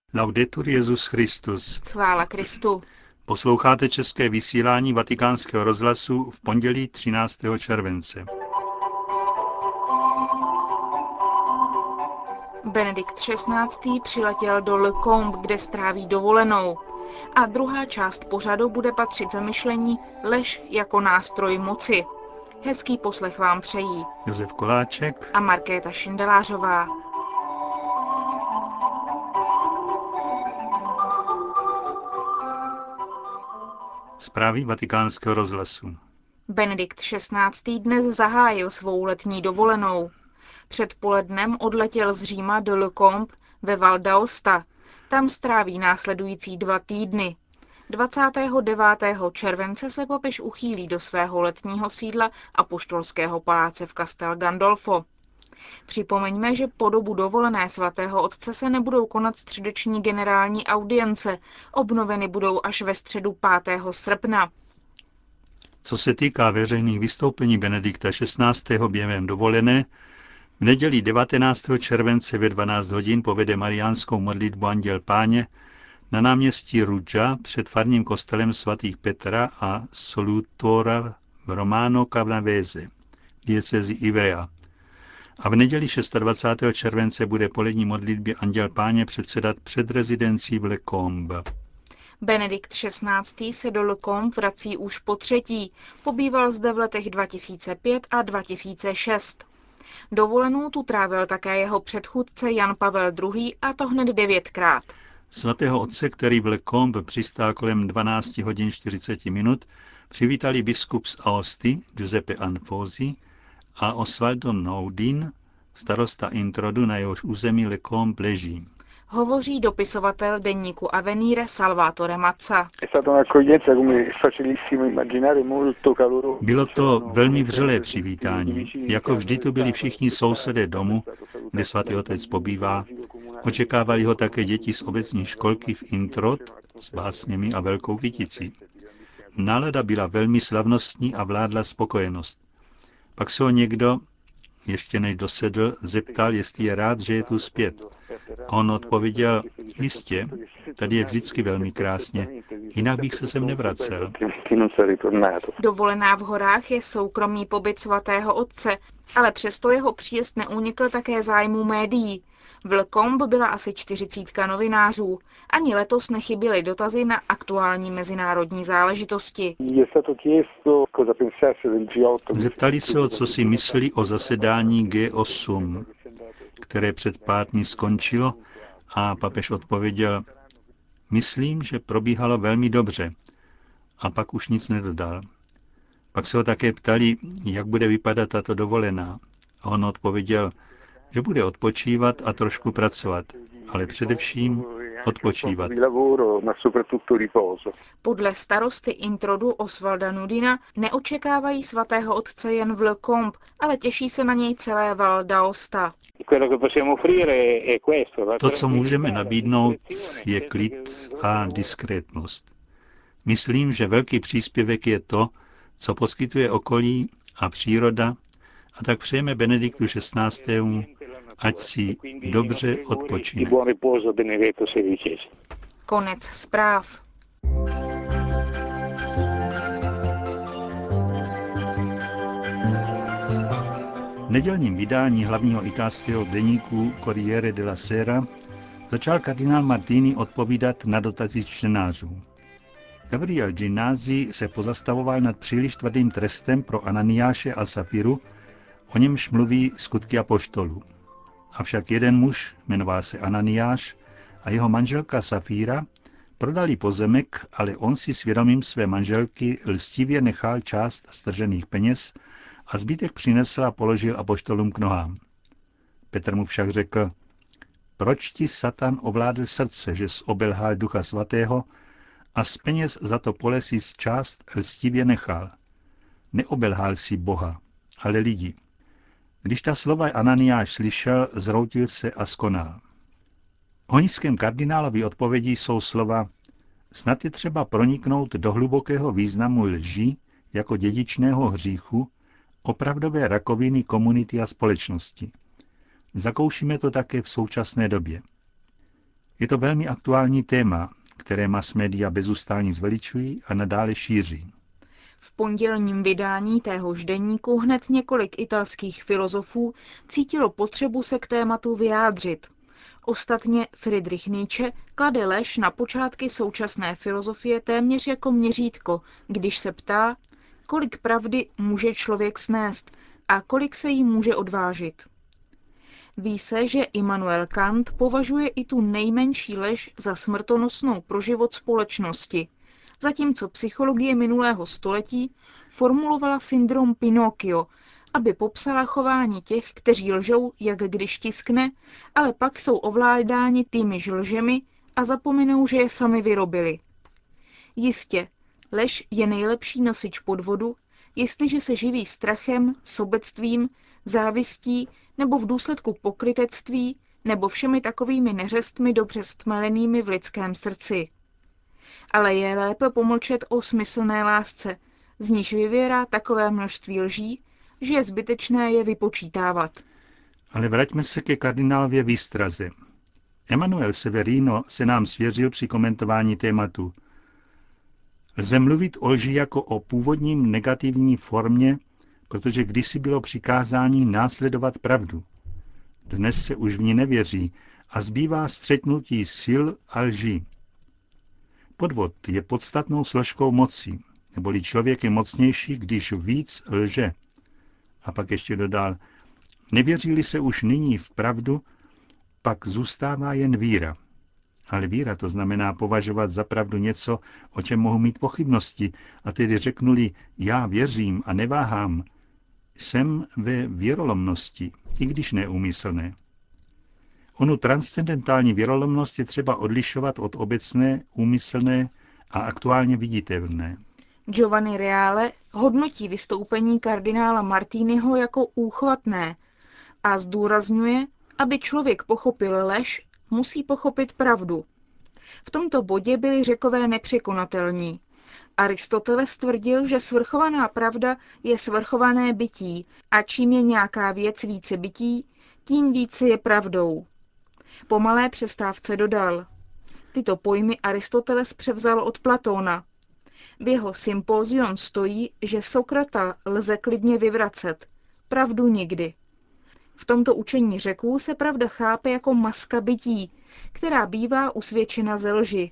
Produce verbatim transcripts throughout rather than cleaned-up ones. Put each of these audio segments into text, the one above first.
Laudetur Jesus Christus. Chvála Kristu. Posloucháte české vysílání Vatikánského rozhlasu v pondělí třináctého července. Benedikt šestnáctý. přiletěl do Le Combe, kde stráví dovolenou. A druhá část pořadu bude patřit zamyšlení Lež jako nástroj moci. Hezký poslech vám přejí Josef Koláček a Markéta Šindelářová. Zprávy Vatikánského rozhlasu. Benedikt šestnáctý. dnes zahájil svou letní dovolenou. Před polednem odletěl z Říma do Le Combe ve Val d'Aosta. Tam stráví následující dva týdny. dvacátého devátého července se papež uchýlí do svého letního sídla apoštolského paláce v Castel Gandolfo. Připomeňme, že po dobu dovolené svatého otce se nebudou konat středeční generální audience, obnoveny budou až ve středu pátého srpna. Co se týká veřejných vystoupení Benedikta šestnáctého. během dovolené, v neděli devatenáctého července ve dvanáct hodin povede mariánskou modlitbu Anděl Páně na náměstí Ruggia před farním kostelem svatých Petra a Solutora v Romano Cavnavese, diecézi Ivrea. A v neděli dvacátého šestého července bude polední modlitbě Anděl Páně předsedat před rezidencí v Le Combe. Benedikt šestnáctý. se do Le Combe vrací už po třetí. Pobýval zde v letech dva tisíce pět a dva tisíce šest. Dovolenou tu trávil také jeho předchůdce Jan Pavel druhý. a to hned devětkrát. Svatého otce, který v Le Combe přistál kolem dvanáct hodin čtyřicet minut, přivítali biskup z Aosty Giuseppe Anfosi a Osvaldo Naudin, starosta Introdu, na jehož území Le Combe leží. Hovoří dopisovatel deníku Avenire Salvatore Mazza. Bylo to velmi vřelé přivítání. Jako vždy tu byli všichni sousedé domu, kde svatý otec pobývá. Očekávali ho také děti z obecní školky v Introd s básněmi a velkou kyticí. Nálada byla velmi slavnostní a vládla spokojenost. Pak se ho někdo, ještě než dosedl, zeptal, jestli je rád, že je tu zpět. On odpověděl, jistě, tady je vždycky velmi krásně, jinak bych se sem nevracel. Dovolená v horách je soukromý pobyt svatého otce, ale přesto jeho příjezd neunikl také zájmu médií. V Le Combe byla asi čtyřicítka novinářů. Ani letos nechyběly dotazy na aktuální mezinárodní záležitosti. Zeptali se ho, co si myslí o zasedání G osm, které před pár dní skončilo, a papež odpověděl, myslím, že probíhalo velmi dobře. A pak už nic nedodal. Pak se ho také ptali, jak bude vypadat tato dovolená. A on odpověděl, že bude odpočívat a trošku pracovat, ale především odpočívat. Podle starosty Introdu Osvalda Nudina neočekávají svatého otce jen v Le Combe, ale těší se na něj celé Val d'Aosta. To, co můžeme nabídnout, je klid a diskrétnost. Myslím, že velký příspěvek je to, co poskytuje okolí a příroda, a tak přejeme Benediktu šestnáctému. ať si dobře odpočine. Konec zpráv. V nedělním vydání hlavního italského deníku Corriere della Sera začal kardinál Martini odpovídat na dotazy čtenářů. Gabriel Ginnasi se pozastavoval nad příliš tvrdým trestem pro Ananiáše a Safiru, o němž mluví Skutky apoštolů. Avšak jeden muž, jmenoval se Ananiáš, a jeho manželka Safíra prodali pozemek, ale on si svědomím své manželky lstivě nechal část stržených peněz a zbytek přinesl a položil apoštolům k nohám. Petr mu však řekl, proč ti Satan ovládl srdce, že jsi obelhal Ducha Svatého a z peněz za to pole si z část lstivě nechal. Neobelhal si Boha, ale lidi. Když ta slova Ananiáš slyšel, zroutil se a skonal. V honickém kardinálově odpovědi jsou slova, snad je třeba proniknout do hlubokého významu lži jako dědičného hříchu, opravdové rakoviny komunity a společnosti. Zakoušíme to také v současné době. Je to velmi aktuální téma, které mass media bezústání zveličují a nadále šíří. V pondělním vydání téhož deníku hned několik italských filozofů cítilo potřebu se k tématu vyjádřit. Ostatně Friedrich Nietzsche klade lež na počátky současné filozofie téměř jako měřítko, když se ptá, kolik pravdy může člověk snést a kolik se jí může odvážit. Ví se, že Immanuel Kant považuje i tu nejmenší lež za smrtonosnou pro život společnosti, zatímco psychologie minulého století formulovala syndrom Pinocchio, aby popsala chování těch, kteří lžou, jak když tiskne, ale pak jsou ovládáni týmiž lžemi a zapomenou, že je sami vyrobili. Jistě, lež je nejlepší nosič podvodu, jestliže se živí strachem, sobectvím, závistí nebo v důsledku pokrytectví nebo všemi takovými neřestmi dobře stmelenými v lidském srdci. Ale je lépe pomlčet o smyslné lásce, z níž vyvěrá takové množství lží, že je zbytečné je vypočítávat. Ale vraťme se ke kardinálově výstraze. Emanuel Severino se nám svěřil při komentování tématu. Lze mluvit o lži jako o původním negativní formě, protože kdysi bylo přikázání následovat pravdu. Dnes se už v ní nevěří a zbývá střetnutí sil a lží. Podvod je podstatnou složkou moci, neboli člověk je mocnější, když víc lže. A pak ještě dodal, nevěří-li se už nyní v pravdu, pak zůstává jen víra. Ale víra to znamená považovat za pravdu něco, o čem mohu mít pochybnosti, a tedy řeknu-li, já věřím a neváhám, jsem ve věrolomnosti, i když neúmyslné. Onu transcendentální věrolomnost je třeba odlišovat od obecné, úmyslné a aktuálně viditelné. Giovanni Reale hodnotí vystoupení kardinála Martiniho jako úchvatné a zdůrazňuje, aby člověk pochopil lež, musí pochopit pravdu. V tomto bodě byli Řekové nepřekonatelní. Aristoteles tvrdil, že svrchovaná pravda je svrchované bytí a čím je nějaká věc více bytí, tím více je pravdou. Po malé přestávce dodal. Tyto pojmy Aristoteles převzal od Platóna. V jeho Sympózion stojí, že Sokrata lze klidně vyvracet, pravdu nikdy. V tomto učení Řeků se pravda chápe jako maska bytí, která bývá usvědčena ze lži.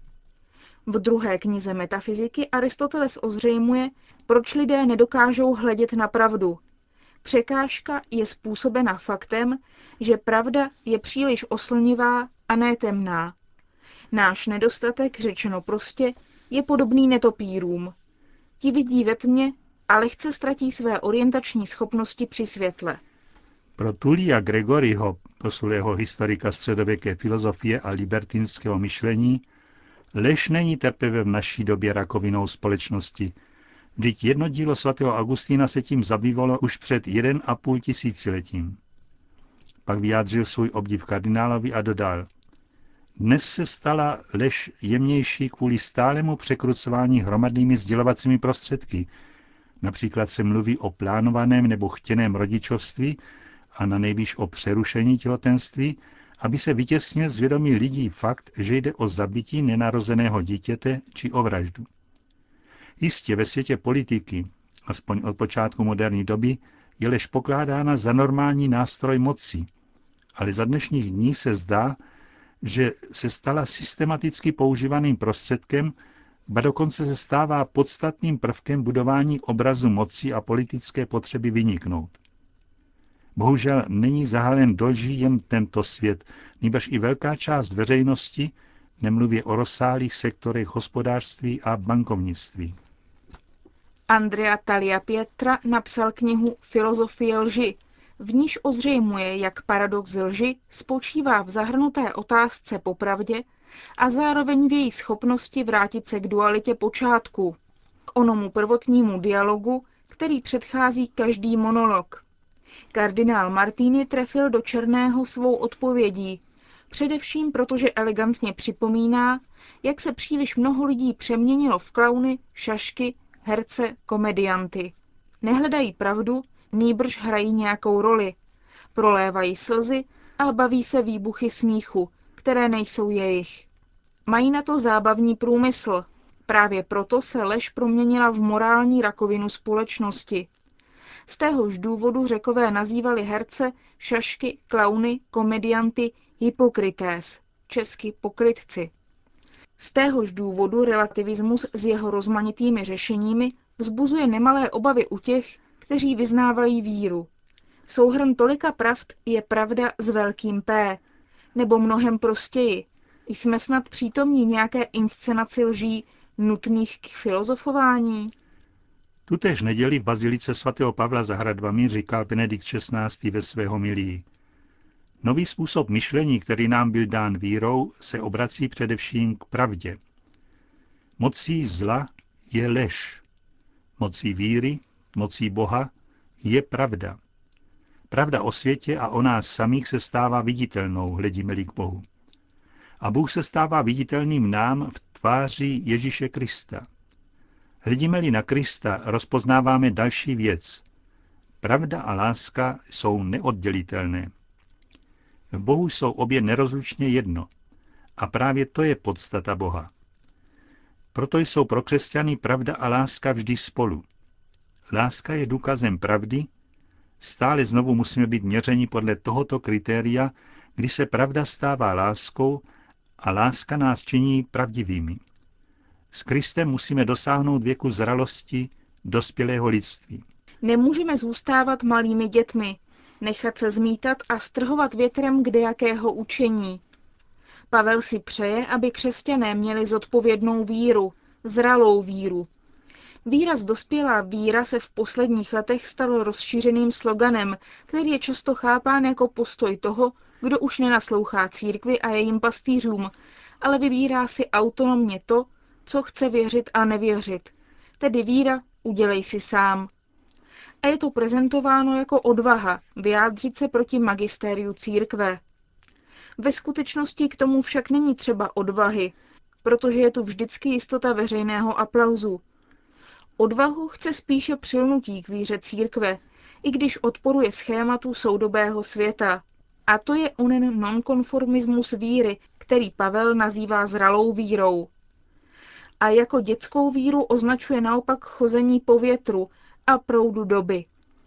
V druhé knize Metafyziky Aristoteles ozřejmuje, proč lidé nedokážou hledět na pravdu. Překážka je způsobena faktem, že pravda je příliš oslnivá a ne temná. Náš nedostatek, řečeno prostě, je podobný netopírům. Ti vidí ve tmě a lehce ztratí své orientační schopnosti při světle. Pro Tullia Gregoriho, proslulého historika středověké filozofie a libertinského myšlení, lež není teprve v naší době rakovinou společnosti. Vždyť jedno dílo svatého Augustína se tím zabývalo už před jeden a půl tisíciletím. Pak vyjádřil svůj obdiv kardinálovi a dodal, dnes se stala lež jemnější kvůli stálému překrucování hromadnými sdělovacími prostředky. Například se mluví o plánovaném nebo chtěném rodičovství a na nejvýš o přerušení těhotenství, aby se vytěsnil z vědomí lidí fakt, že jde o zabití nenarozeného dítěte či o vraždu. Jistě ve světě politiky, aspoň od počátku moderní doby, je lež pokládána za normální nástroj moci, ale za dnešních dní se zdá, že se stala systematicky používaným prostředkem, ba dokonce se stává podstatným prvkem budování obrazu moci a politické potřeby vyniknout. Bohužel není zahalen do lží jen tento svět, nýbrž i velká část veřejnosti, nemluvě o rozsáhlých sektorech hospodářství a bankovnictví. Andrea Talia Pietra napsal knihu Filozofie lži, v níž ozřejmuje, jak paradox lži spočívá v zahrnuté otázce po pravdě a zároveň v její schopnosti vrátit se k dualitě počátku, k onomu prvotnímu dialogu, který předchází každý monolog. Kardinál Martini trefil do černého svou odpovědí, především protože elegantně připomíná, jak se příliš mnoho lidí přeměnilo v klauny, šašky, herce, komedianty. Nehledají pravdu, nýbrž hrají nějakou roli. Prolévají slzy a baví se výbuchy smíchu, které nejsou jejich. Mají na to zábavní průmysl. Právě proto se lež proměnila v morální rakovinu společnosti. Z téhož důvodu Řekové nazývali herce, šašky, klauny, komedianty hypokrités, česky pokrytci. Z téhož důvodu relativismus s jeho rozmanitými řešeními vzbuzuje nemalé obavy u těch, kteří vyznávají víru. Souhrn tolika pravd je pravda s velkým P, nebo mnohem prostěji. Jsme snad přítomní nějaké inscenaci lží nutných k filozofování? Tutéž neděli v bazilice svatého Pavla za hradbami říkal Benedikt šestnáctý ve své homilii. Nový způsob myšlení, který nám byl dán vírou, se obrací především k pravdě. Mocí zla je lež. Mocí víry, mocí Boha je pravda. Pravda o světě a o nás samých se stává viditelnou, hledíme-li k Bohu. A Bůh se stává viditelným nám v tváři Ježíše Krista. Hledíme-li na Krista, rozpoznáváme další věc. Pravda a láska jsou neoddělitelné. V Bohu jsou obě nerozlučně jedno. A právě to je podstata Boha. Proto jsou pro křesťany pravda a láska vždy spolu. Láska je důkazem pravdy, stále znovu musíme být měřeni podle tohoto kritéria, kdy se pravda stává láskou a láska nás činí pravdivými. S Kristem musíme dosáhnout věku zralosti dospělého lidství. Nemůžeme zůstávat malými dětmi, nechat se zmítat a strhovat větrem kdejakého učení. Pavel si přeje, aby křesťané měli zodpovědnou víru, zralou víru. Výraz dospělá víra se v posledních letech stal rozšířeným sloganem, který je často chápán jako postoj toho, kdo už nenaslouchá církvi a jejím pastýřům, ale vybírá si autonomně to, co chce věřit a nevěřit. Tedy víra, udělej si sám. A je to prezentováno jako odvaha vyjádřit se proti magistériu církve. Ve skutečnosti k tomu však není třeba odvahy, protože je tu vždycky jistota veřejného aplauzu. Odvahu chce spíše přilnutí k víře církve, i když odporuje schématu soudobého světa. A to je onen nonkonformismus víry, který Pavel nazývá zralou vírou. A jako dětskou víru označuje naopak chození po větru a proudu doby.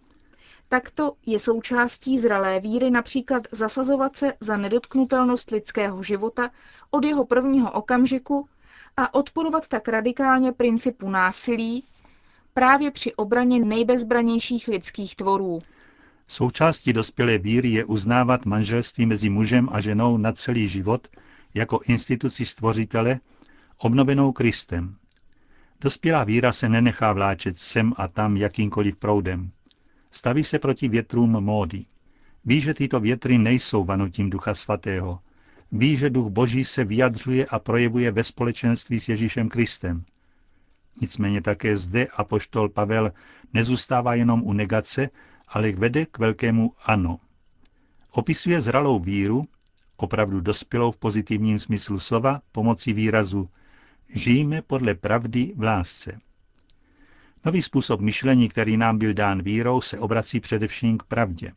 Takto je součástí zralé víry například zasazovat se za nedotknutelnost lidského života od jeho prvního okamžiku a odporovat tak radikálně principu násilí právě při obraně nejbezbranějších lidských tvorů. Součástí dospělé víry je uznávat manželství mezi mužem a ženou na celý život jako instituci stvořitele, obnovenou Kristem. Dospělá víra se nenechá vláčet sem a tam jakýmkoliv proudem. Staví se proti větrům módy. Ví, že tyto větry nejsou vanutím Ducha Svatého. Ví, že Duch Boží se vyjadřuje a projevuje ve společenství s Ježíšem Kristem. Nicméně také zde apoštol Pavel nezůstává jenom u negace, ale vede k velkému ano. Opisuje zralou víru, opravdu dospělou v pozitivním smyslu slova, pomocí výrazu žijeme podle pravdy v lásce. Nový způsob myšlení, který nám byl dán vírou, se obrací především k pravdě.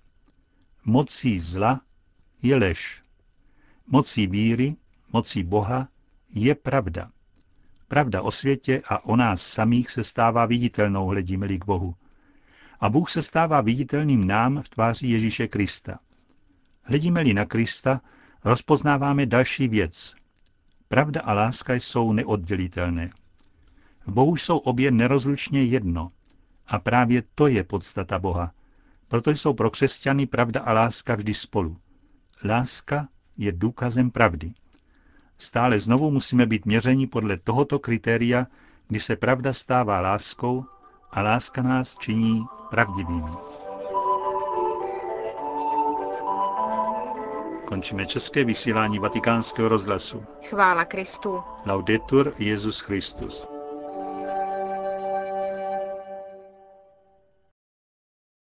Mocí zla je lež. Mocí víry, mocí Boha je pravda. Pravda o světě a o nás samých se stává viditelnou, hledíme-li k Bohu. A Bůh se stává viditelným nám v tváři Ježíše Krista. Hledíme-li na Krista, rozpoznáváme další věc. Pravda a láska jsou neoddělitelné. V Bohu jsou obě nerozlučně jedno. A právě to je podstata Boha. Proto jsou pro křesťany pravda a láska vždy spolu. Láska je důkazem pravdy. Stále znovu musíme být měřeni podle tohoto kritéria, kdy se pravda stává láskou a láska nás činí pravdivými. Končíme české vysílání Vatikánského rozhlasu. Chvála Kristu. Laudetur Jesus Christus.